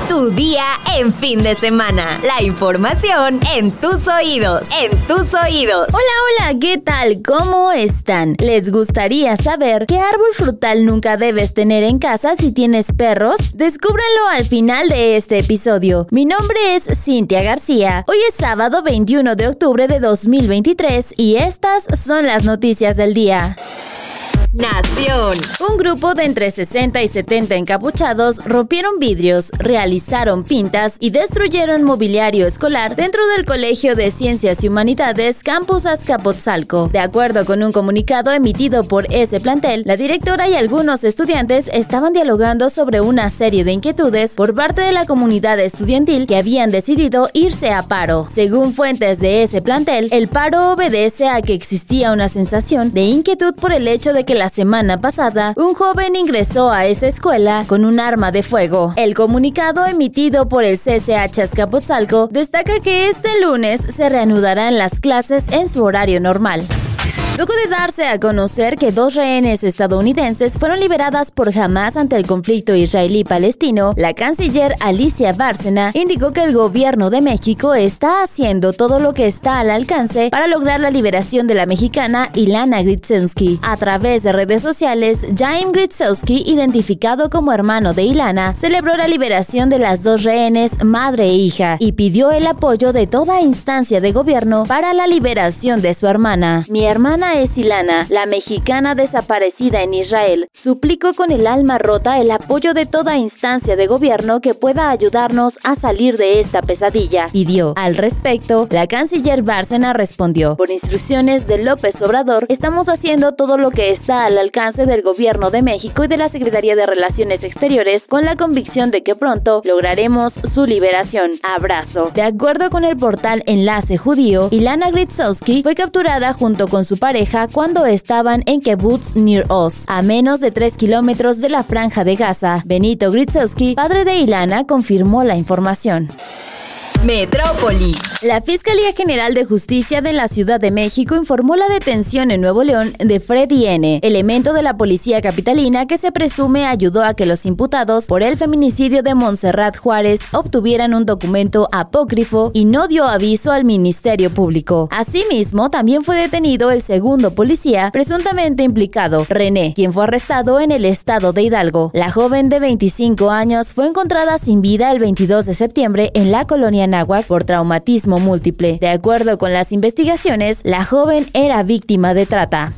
Tu día en fin de semana. La información en tus oídos. Hola, ¿qué tal? ¿Cómo están? ¿Les gustaría saber qué árbol frutal nunca debes tener en casa si tienes perros? Descúbranlo al final de este episodio. Mi nombre es Cintia García. Hoy es sábado 21 de octubre de 2023 y estas son las noticias del día. Nación. Un grupo de entre 60 y 70 encapuchados rompieron vidrios, realizaron pintas y destruyeron mobiliario escolar dentro del Colegio de Ciencias y Humanidades Campus Azcapotzalco. De acuerdo con un comunicado emitido por ese plantel, la directora y algunos estudiantes estaban dialogando sobre una serie de inquietudes por parte de la comunidad estudiantil que habían decidido irse a paro. Según fuentes de ese plantel, el paro obedece a que existía una sensación de inquietud por el hecho de que la semana pasada, un joven ingresó a esa escuela con un arma de fuego. El comunicado emitido por el CCH Azcapotzalco destaca que este lunes se reanudarán las clases en su horario normal. Luego de darse a conocer que 2 rehenes estadounidenses fueron liberadas por Hamas ante el conflicto israelí-palestino, la canciller Alicia Bárcena indicó que el gobierno de México está haciendo todo lo que está al alcance para lograr la liberación de la mexicana Ilana Gritsewski. A través de redes sociales, Jaime Gritsewski, identificado como hermano de Ilana, celebró la liberación de las 2 rehenes, madre e hija, y pidió el apoyo de toda instancia de gobierno para la liberación de su hermana. Mi hermana es Ilana, la mexicana desaparecida en Israel. Suplico con el alma rota el apoyo de toda instancia de gobierno que pueda ayudarnos a salir de esta pesadilla, pidió. Al respecto, la canciller Bárcena respondió: por instrucciones de López Obrador, estamos haciendo todo lo que está al alcance del gobierno de México y de la Secretaría de Relaciones Exteriores con la convicción de que pronto lograremos su liberación. Abrazo. De acuerdo con el portal Enlace Judío, Ilana Gritsewski fue capturada junto con su pareja cuando estaban en Kibbutz Nir Oz, a menos de 3 kilómetros de la Franja de Gaza. Benito Gritsewski, padre de Ilana, confirmó la información. Metrópoli. La Fiscalía General de Justicia de la Ciudad de México informó la detención en Nuevo León de Freddy N., elemento de la policía capitalina que se presume ayudó a que los imputados por el feminicidio de Montserrat Juárez obtuvieran un documento apócrifo y no dio aviso al Ministerio Público. Asimismo, también fue detenido el segundo policía presuntamente implicado, René, quien fue arrestado en el estado de Hidalgo. La joven de 25 años fue encontrada sin vida el 22 de septiembre en la colonia Anáhuac por traumatismo múltiple. De acuerdo con las investigaciones, la joven era víctima de trata.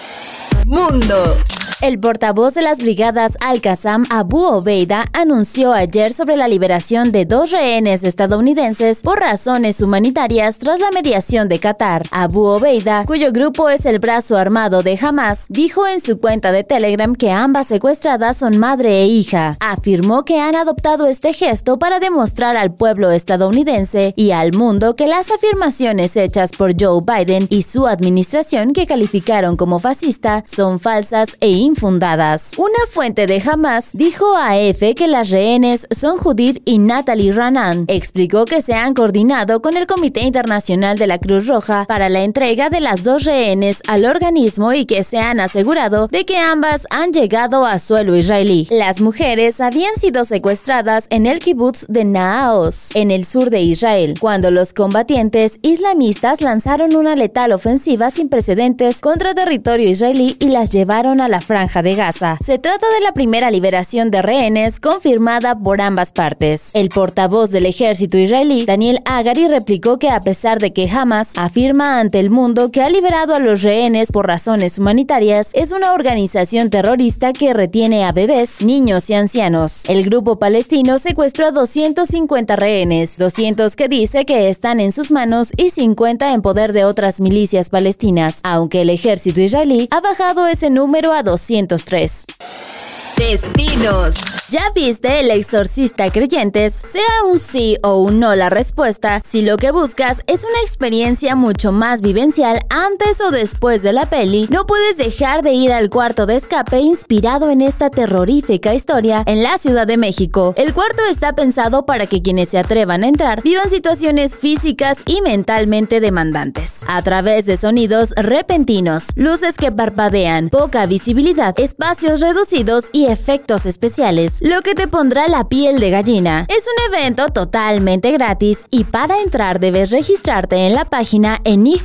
Mundo. El portavoz de las brigadas Al-Qassam, Abu Obeida, anunció ayer sobre la liberación de 2 rehenes estadounidenses por razones humanitarias tras la mediación de Qatar. Abu Obeida, cuyo grupo es el brazo armado de Hamas, dijo en su cuenta de Telegram que ambas secuestradas son madre e hija. Afirmó que han adoptado este gesto para demostrar al pueblo estadounidense y al mundo que las afirmaciones hechas por Joe Biden y su administración, que calificaron como fascista, son falsas e infundadas. Una fuente de Hamas dijo a AF que las rehenes son Judith y Natalie Ranan. Explicó que se han coordinado con el Comité Internacional de la Cruz Roja para la entrega de las 2 rehenes al organismo y que se han asegurado de que ambas han llegado a suelo israelí. Las mujeres habían sido secuestradas en el kibutz de Naaos, en el sur de Israel, cuando los combatientes islamistas lanzaron una letal ofensiva sin precedentes contra territorio israelí y las llevaron a la Franja de Gaza. Se trata de la primera liberación de rehenes confirmada por ambas partes. El portavoz del ejército israelí, Daniel Hagari, replicó que a pesar de que Hamas afirma ante el mundo que ha liberado a los rehenes por razones humanitarias, es una organización terrorista que retiene a bebés, niños y ancianos. El grupo palestino secuestró a 250 rehenes, 200 que dice que están en sus manos y 50 en poder de otras milicias palestinas, aunque el ejército israelí ha bajado ese número a 203. Destinos. ¿Ya viste El Exorcista Creyentes? Sea un sí o un no la respuesta, si lo que buscas es una experiencia mucho más vivencial antes o después de la peli, no puedes dejar de ir al cuarto de escape inspirado en esta terrorífica historia en la Ciudad de México. El cuarto está pensado para que quienes se atrevan a entrar vivan situaciones físicas y mentalmente demandantes, a través de sonidos repentinos, luces que parpadean, poca visibilidad, espacios reducidos y y efectos especiales, lo que te pondrá la piel de gallina. Es un evento totalmente gratis y para entrar debes registrarte en la página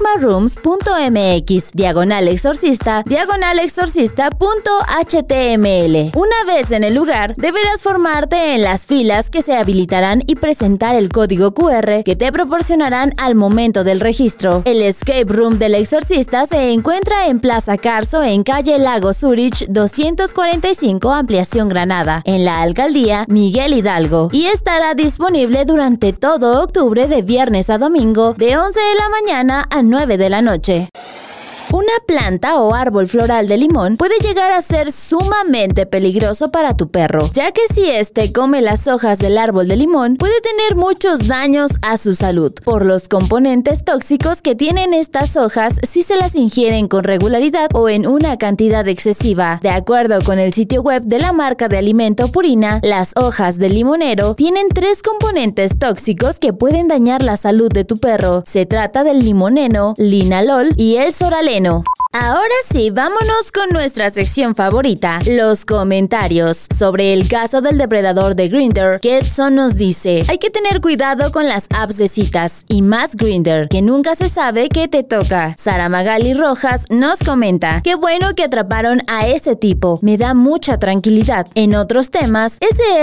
enigmarooms.mx/exorcista.html. Una vez en el lugar, deberás formarte en las filas que se habilitarán y presentar el código QR que te proporcionarán al momento del registro. El Escape Room del Exorcista se encuentra en Plaza Carso, en calle Lago Zurich 245, Ampliación Granada, en la Alcaldía Miguel Hidalgo, y estará disponible durante todo octubre de viernes a domingo de 11 de la mañana a 9 de la noche. Una planta o árbol floral de limón puede llegar a ser sumamente peligroso para tu perro, ya que si este come las hojas del árbol de limón, puede tener muchos daños a su salud, por los componentes tóxicos que tienen estas hojas si se las ingieren con regularidad o en una cantidad excesiva. De acuerdo con el sitio web de la marca de alimento Purina, las hojas del limonero tienen 3 componentes tóxicos que pueden dañar la salud de tu perro. Se trata del limoneno, linalol y el soraleno. Ahora sí, vámonos con nuestra sección favorita, los comentarios. Sobre el caso del depredador de Grindr, Ketson nos dice: hay que tener cuidado con las apps de citas, y más Grindr, que nunca se sabe qué te toca. Sara Magali Rojas nos comenta: qué bueno que atraparon a ese tipo, me da mucha tranquilidad. En otros temas,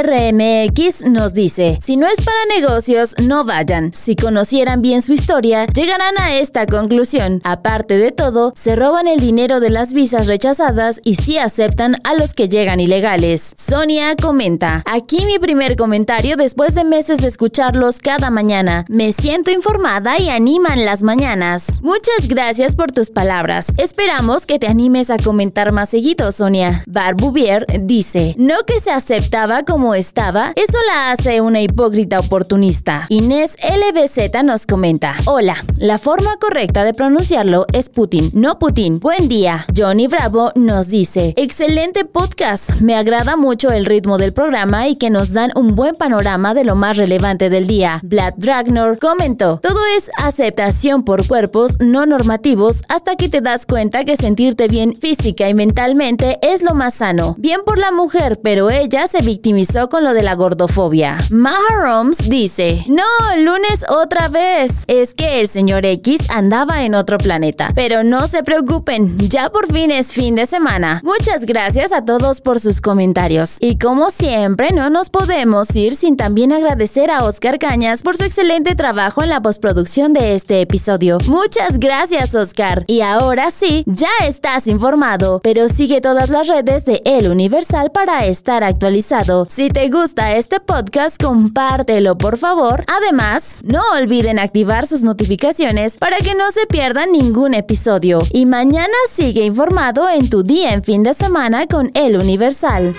SRMX nos dice: si no es para negocios, no vayan. Si conocieran bien su historia, llegarán a esta conclusión. Aparte de todo, se roban el dinero de las visas rechazadas y sí aceptan a los que llegan ilegales. Sonia comenta: aquí mi primer comentario después de meses de escucharlos cada mañana. Me siento informada y animan las mañanas. Muchas gracias por tus palabras. Esperamos que te animes a comentar más seguido, Sonia. Barbuvier dice: no que se aceptaba como estaba, eso la hace una hipócrita oportunista. Inés LBZ nos comenta: hola, la forma correcta de pronunciarlo es Putin, no Putin. Buen día. Johnny Bravo nos dice: excelente podcast. Me agrada mucho el ritmo del programa y que nos dan un buen panorama de lo más relevante del día. Vlad Dragnor comentó: todo es aceptación por cuerpos no normativos hasta que te das cuenta que sentirte bien física y mentalmente es lo más sano. Bien por la mujer, pero ella se victimizó con lo de la gordofobia. Maharoms dice: no, lunes otra vez. Es que el señor X andaba en otro planeta. Pero no se preocupen, ya por fin es fin de semana. Muchas gracias a todos por sus comentarios. Y como siempre, no nos podemos ir sin también agradecer a Oscar Cañas por su excelente trabajo en la postproducción de este episodio. Muchas gracias, Oscar. Y ahora sí, ya estás informado, pero sigue todas las redes de El Universal para estar actualizado. Si te gusta este podcast, compártelo, por favor. Además, no olviden activar sus notificaciones para que no se pierdan ningún episodio. Y mañana sigue informado en tu día en fin de semana con El Universal.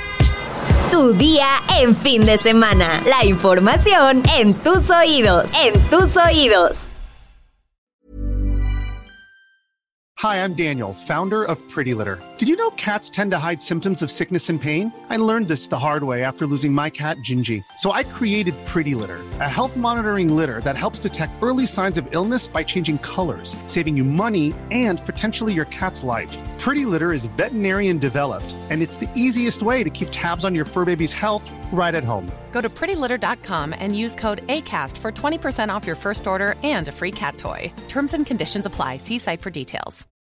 Tu día en fin de semana. La información en tus oídos. En tus oídos. Hi, I'm Daniel, founder of Pretty Litter. Did you know cats tend to hide symptoms of sickness and pain? I learned this the hard way after losing my cat, Gingy. So I created Pretty Litter, a health monitoring litter that helps detect early signs of illness by changing colors, saving you money and potentially your cat's life. Pretty Litter is veterinarian developed, and it's the easiest way to keep tabs on your fur baby's health right at home. Go to prettylitter.com and use code ACAST for 20% off your first order and a free cat toy. Terms and conditions apply. See site for details.